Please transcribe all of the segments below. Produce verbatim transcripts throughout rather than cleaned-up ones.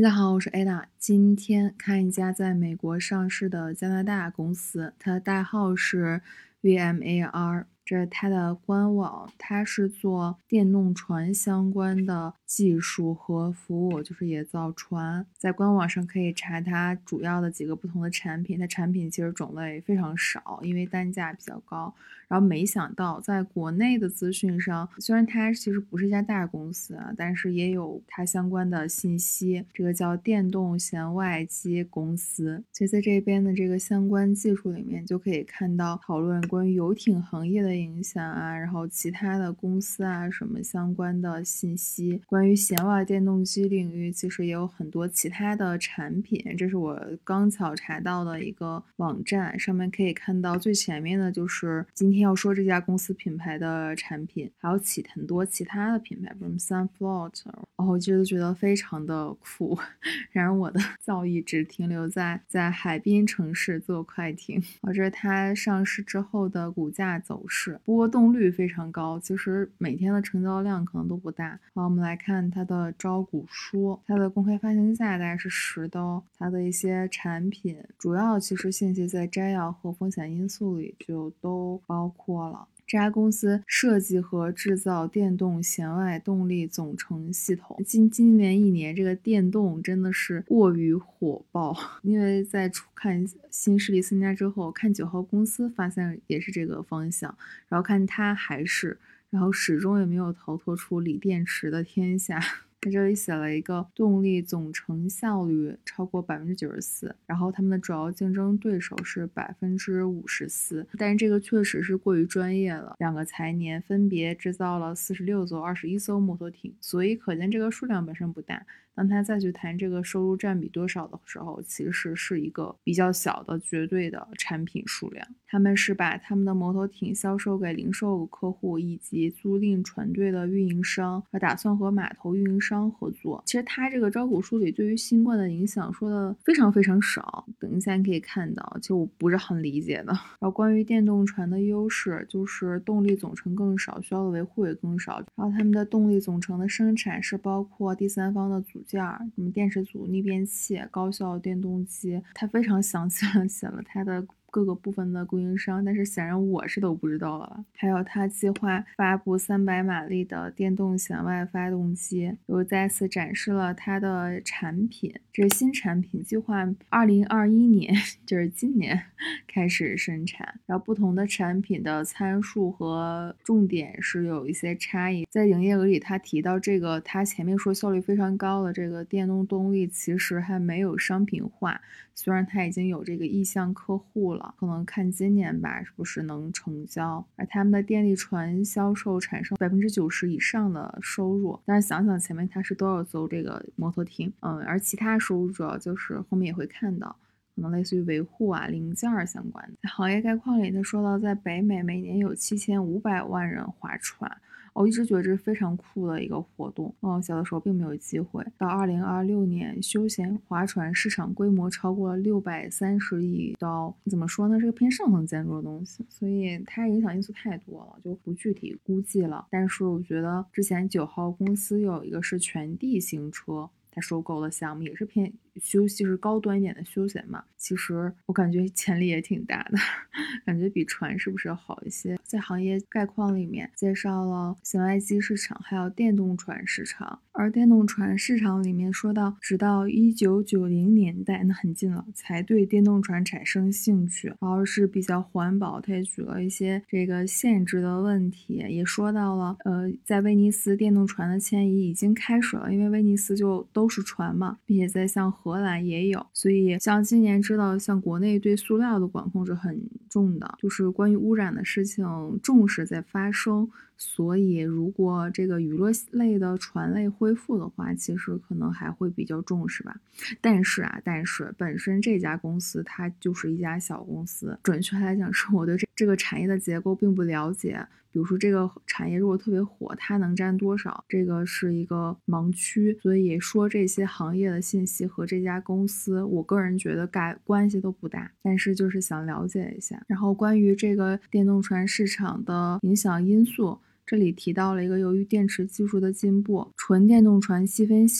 大家好，我是 Ada。今天看一家在美国上市的加拿大公司，它的代号是 V M A R， 这是它的官网。它是做电动船相关的技术和服务，就是也造船。在官网上可以查它主要的几个不同的产品，它产品其实种类非常少，因为单价比较高。然后没想到在国内的资讯上，虽然它其实不是一家大公司啊，但是也有它相关的信息。这个叫电动舷外机公司，所以在这边的这个相关技术里面，就可以看到讨论关于游艇行业的影响啊，然后其他的公司啊什么相关的信息。关于舷外电动机领域，其实也有很多其他的产品，这是我刚巧查到的一个网站，上面可以看到最前面的就是今天要说这家公司品牌的产品，还有其很多其他的品牌，比如 Sunfloat， 然后我就觉得非常的酷。然而我的造诣只停留在在海滨城市坐快艇。这是它上市之后的股价走势，波动率非常高，其实每天的成交量可能都不大。好，我们来看它的招股书，它的公开发行价大概是十的哦。它的一些产品主要其实信息在摘要和风险因素里就都包括了。这家公司设计和制造电动舷外动力总成系统。今今年一年，这个电动真的是过于火爆，因为在看新势力增加之后，看九号公司发现也是这个方向，然后看它还是，然后始终也没有逃脱出锂电池的天下。在这里写了一个动力总成效率超过百分之九十四，然后他们的主要竞争对手是百分之五十四，但是这个确实是过于专业了。两个财年分别制造了四十六艘、二十一艘摩托艇，所以可见这个数量本身不大。当他再去谈这个收入占比多少的时候，其实是一个比较小的绝对的产品数量。他们是把他们的摩托艇销售给零售客户以及租赁船队的运营商，而打算和码头运营商合作。其实他这个招股书里对于新冠的影响说的非常非常少，等一下你可以看到，其实我不是很理解的。然后关于电动船的优势，就是动力总成更少，需要的维护也更少。然后他们的动力总成的生产是包括第三方的组件，什么电池组、逆变器、高效电动机，它非常详细的写了它的各个部分的供应商，但是显然我是都不知道了。还有他计划发布三百马力的电动舷外发动机，又再次展示了它的产品。这是新产品，计划二零二一年，就是今年开始生产。然后不同的产品的参数和重点是有一些差异。在营业额里，他提到这个，他前面说效率非常高的这个电动动力，其实还没有商品化。虽然它已经有这个意向客户了，可能看今年吧，是不是能成交。而他们的电力船销售产生百分之九十以上的收入，但是想想前面它是多少艘这个摩托艇，嗯，而其他收入主要就是后面也会看到，可能类似于维护啊、零件相关的。在行业概况里，他说到，在北美每年有七千五百万人划船。我一直觉得这是非常酷的一个活动。哦，小的时候并没有机会。到二零二六年，休闲划船市场规模超过了六百三十亿刀。怎么说呢？是个偏上层建筑的东西，所以它影响因素太多了，就不具体估计了。但是我觉得之前九号公司有一个是全地形车，它收购的项目也是偏休息，是高端一点的休闲嘛。其实我感觉潜力也挺大的，感觉比船是不是要好一些。在行业概况里面介绍了舷外机市场，还有电动船市场。而电动船市场里面说到，直到一九九零年代，那很近了，才对电动船产生兴趣，然后是比较环保。他也举了一些这个限制的问题，也说到了，呃，在威尼斯电动船的迁移已经开始了，因为威尼斯就都是船嘛，并且在像荷兰也有，所以像今年知道，像国内对塑料的管控是很重的，就是关于污染的事情重视在发生。所以如果这个娱乐类的船类恢复的话，其实可能还会比较重视吧。但是啊，但是本身这家公司它就是一家小公司，准确来讲是我对这这个产业的结构并不了解。比如说这个产业如果特别火，它能占多少，这个是一个盲区。所以说这些行业的信息和这家公司，我个人觉得改关系都不大，但是就是想了解一下。然后关于这个电动船市场的影响因素，这里提到了一个，由于电池技术的进步，纯电动船细分系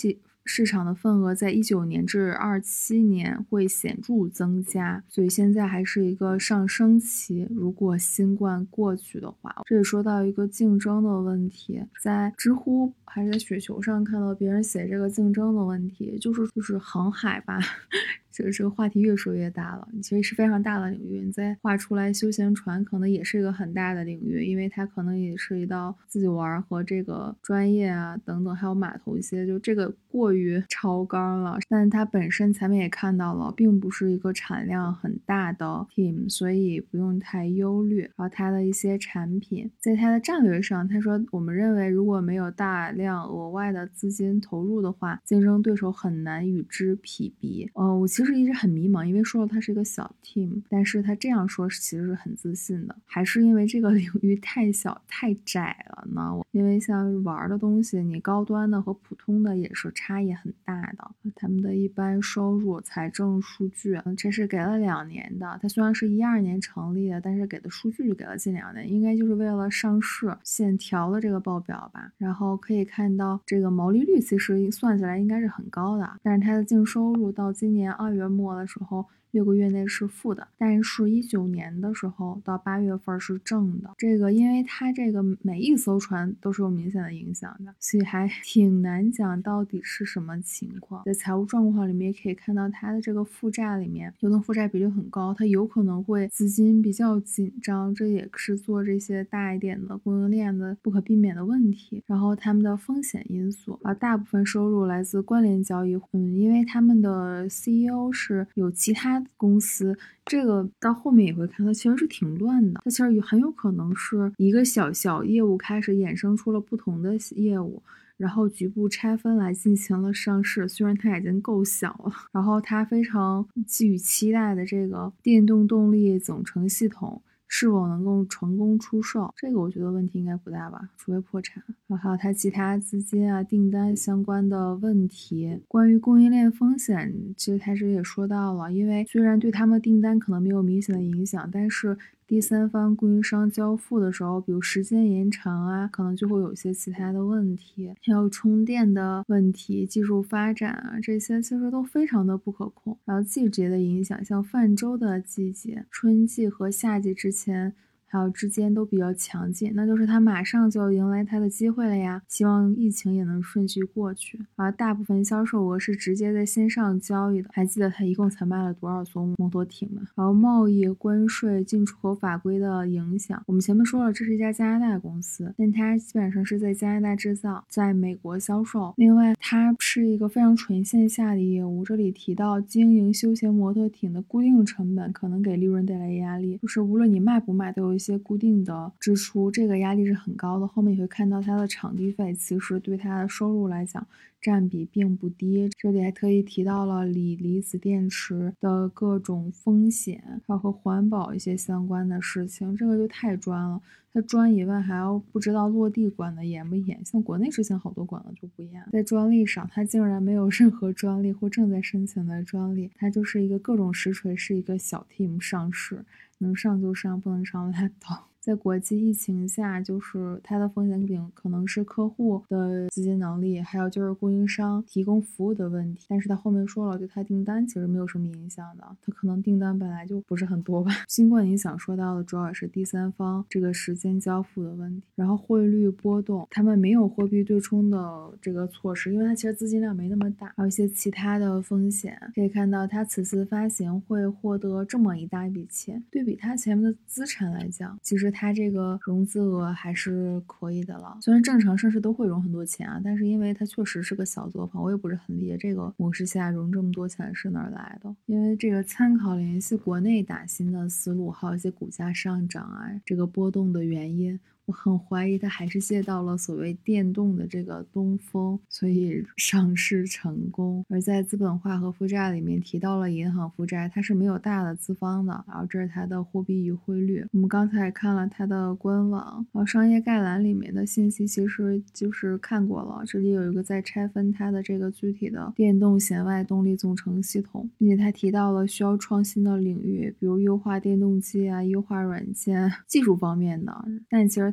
市场的份额在一九年至二七年会显著增加，所以现在还是一个上升期。如果新冠过去的话，这里说到一个竞争的问题，在知乎还是在雪球上看到别人写这个竞争的问题，就是就是航海吧。这个这个话题越说越大了，其实是非常大的领域。你再画出来休闲船，可能也是一个很大的领域，因为它可能也涉及到自己玩和这个专业啊等等，还有码头一些，就这个过于超纲了。但是它本身前面也看到了，并不是一个产量很大的 team， 所以不用太忧虑。然后它的一些产品，在它的战略上，他说我们认为如果没有大量额外的资金投入的话，竞争对手很难与之匹敌。呃，我其实一直很迷茫，因为说了它是一个小 team， 但是他这样说其实是很自信的，还是因为这个领域太小太窄了呢？因为像玩的东西，你高端的和普通的也是差异很大的。他们的一般收入、财政数据，这是给了两年的。它虽然是一二年成立的，但是给的数据就给了近两年，应该就是为了上市现调了这个报表吧。然后可以看到，这个毛利率其实算起来应该是很高的，但是它的净收入到今年二月末的时候，六个月内是负的，但是一九年的时候到八月份是正的。这个因为它这个每一艘船都是有明显的影响的，所以还挺难讲到底是什么情况。在财务状况里面也可以看到它的这个负债里面，流动负债比率很高，它有可能会资金比较紧张，这也是做这些大一点的供应链的不可避免的问题。然后他们的风险因素啊，大部分收入来自关联交易，嗯，因为他们的 C E O 是有其他公司，这个到后面也会看到其实是挺乱的，它其实也很有可能是一个小小业务开始衍生出了不同的业务，然后局部拆分来进行了上市，虽然它已经够小了。然后它非常寄予期待的这个电动动力总成系统是否能够成功出售，这个我觉得问题应该不大吧，除非破产。然后还有它其他资金啊、订单相关的问题。关于供应链风险，其实它这也说到了，因为虽然对他们订单可能没有明显的影响，但是第三方供应商交付的时候，比如时间延长啊，可能就会有一些其他的问题，还有充电的问题、技术发展啊，这些其实都非常的不可控。然后季节的影响，像泛舟的季节、春季和夏季之前还有之间都比较强劲，那就是它马上就要迎来它的机会了呀。希望疫情也能顺序过去。而大部分销售额是直接在线上交易的，还记得它一共才卖了多少艘摩托艇吗？然后贸易、关税、进出口法规的影响，我们前面说了，这是一家加拿大公司，但它基本上是在加拿大制造，在美国销售。另外，它是一个非常纯线下的业务，这里提到经营休闲摩托艇的固定成本可能给利润带来压力，就是无论你卖不卖，都有一些固定的支出，这个压力是很高的。后面你会看到它的场地费其实对它的收入来讲占比并不低，这里还特意提到了锂离子电池的各种风险，还有和环保一些相关的事情，这个就太专了。它专以外还要不知道落地管的严不严，像国内之前好多管的就不严。在专利上，它竟然没有任何专利或正在申请的专利，它就是一个各种实锤，是一个小 team 上市，能上就上，不能上拉倒。在国际疫情下，就是它的风险柄可能是客户的资金能力，还有就是供应商提供服务的问题。但是他后面说了，对他订单其实没有什么影响的，他可能订单本来就不是很多吧。新冠影响说到的主要也是第三方这个时间交付的问题，然后汇率波动，他们没有货币对冲的这个措施，因为它其实资金量没那么大，还有一些其他的风险。可以看到，它此次发行会获得这么一大笔钱，对比它前面的资产来讲，其实它这个融资额还是可以的了。虽然正常上市都会融很多钱啊，但是因为它确实是个小作坊，我也不是很理解这个模式下融这么多钱是哪儿来的。因为这个参考联系国内打新的思路，还有一些股价上涨啊，这个波动的原因，我很怀疑它还是借到了所谓电动的这个东风，所以上市成功。而在资本化和负债里面提到了银行负债，它是没有大的资方的，然后这是它的货币与汇率。我们刚才也看了它的官网，然后商业概览里面的信息其实就是看过了，这里有一个在拆分它的这个具体的电动弦外动力总成系统，并且它提到了需要创新的领域，比如优化电动机啊、优化软件技术方面的，但其实它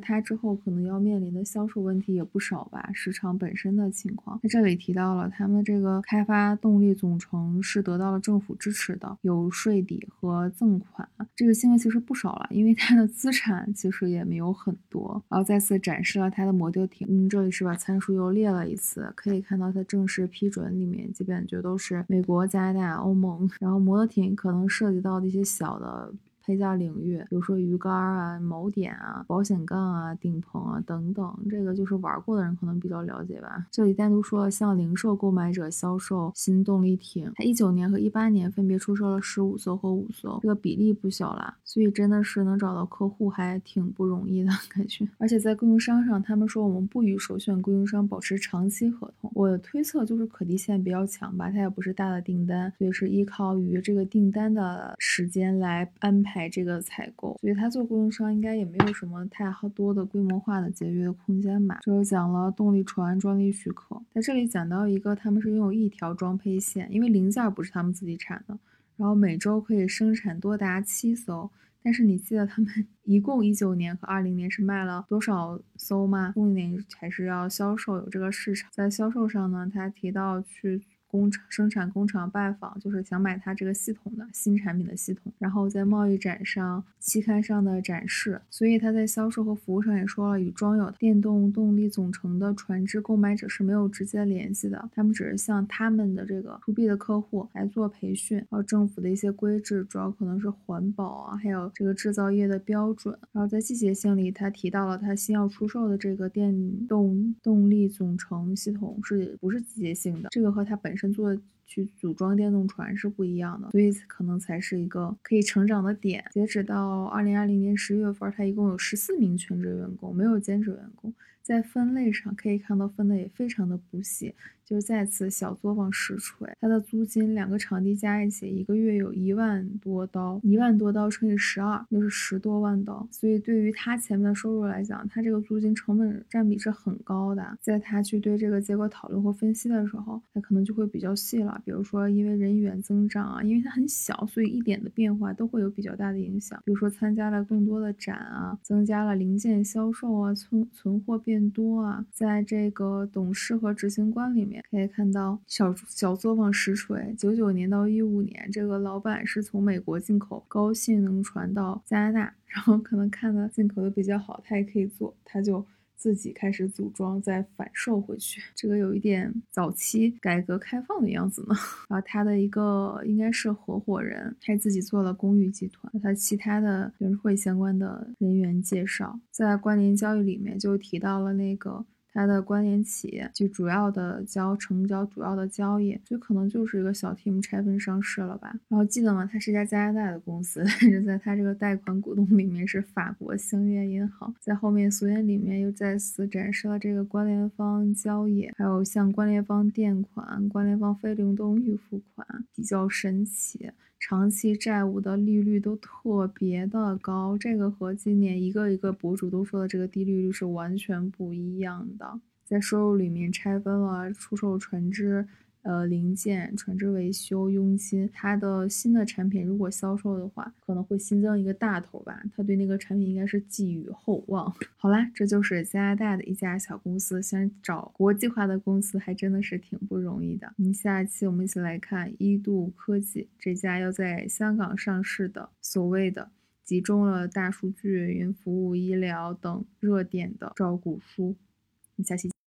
它之后可能要面临的销售问题也不少吧，市场本身的情况。那这里提到了他们这个开发动力总成是得到了政府支持的，有税抵和赠款。这个金额其实不少了，因为它的资产其实也没有很多。然后再次展示了它的摩吊艇，嗯，这里是把参数又列了一次，可以看到它正式批准里面基本就都是美国、加拿大、欧盟。然后摩托艇可能涉及到的一些小的配件领域，比如说鱼竿啊、锚点啊、保险杠啊、顶棚啊等等，这个就是玩过的人可能比较了解吧。这里单独说了向零售购买者销售新动力艇，它一九年和一八年分别出售了十五艘和五艘，这个比例不小啦，所以真的是能找到客户还挺不容易的感觉。而且在供应商上，他们说我们不与首选供应商保持长期合同，我的推测就是可递性比较强吧，它也不是大的订单，所以是依靠于这个订单的时间来安排这个采购，所以他做供应商应该也没有什么太多的规模化的节约的空间吧。这就讲了动力船专利许可，在这里讲到一个他们是拥有一条装配线，因为零件不是他们自己产的，然后每周可以生产多达七艘。但是你记得他们一共一九年和二零年是卖了多少艘吗？重点还是要销售，有这个市场。在销售上呢，他提到去工厂生产工厂拜访，就是想买它这个系统的新产品的系统，然后在贸易展上、期刊上的展示。所以他在销售和服务上也说了，与装有电动动力总成的船只购买者是没有直接联系的，他们只是向他们的这个 to B 的客户来做培训，然后政府的一些规制，主要可能是环保啊，还有这个制造业的标准。然后在季节性里，他提到了他新要出售的这个电动动力总成系统是不是季节性的，这个和他本身做去组装电动船是不一样的，所以可能才是一个可以成长的点。截止到二零二零年十月份，他一共有十四名全职员工，没有兼职员工。在分类上可以看到分的也非常的不细，就是再次小作坊实锤。它的租金两个场地加一起一个月有一万多刀，一万多刀乘以十二就是十多万刀，所以对于他前面的收入来讲，他这个租金成本占比是很高的。在他去对这个结果讨论或分析的时候，他可能就会比较细了，比如说因为人员增长啊，因为它很小，所以一点的变化都会有比较大的影响。比如说参加了更多的展啊，增加了零件销售啊，存存货变多啊，在这个董事和执行官里面可以看到小小作坊实锤。九九年到一五年，这个老板是从美国进口高性能船到加拿大，然后可能看的进口的比较好，他也可以做，他就自己开始组装再反售回去，这个有一点早期改革开放的样子呢。然后他的一个应该是合伙人，他自己做了公寓集团，他其他的人会相关的人员介绍，在关联交易里面就提到了那个它的关联企业就主要的交成交主要的交易，就可能就是一个小 team 拆分上市了吧。然后记得吗？它是一家加拿大的公司，但是在它这个贷款股东里面是法国兴业银行。在后面索引里面又再次展示了这个关联方交易，还有像关联方垫款、关联方非流动预付款，比较神奇。长期债务的利率都特别的高，这个和今年一个一个博主都说的这个低利率是完全不一样的。在收入里面拆分了出售船只、呃零件、船只维修、佣金。它的新的产品如果销售的话，可能会新增一个大头吧。他对那个产品应该是寄予厚望。好啦，这就是加拿大的一家小公司，想找国际化的公司还真的是挺不容易的。嗯，下一期我们一起来看一度科技这家要在香港上市的所谓的集中了大数据、云服务、医疗等热点的招股书。下期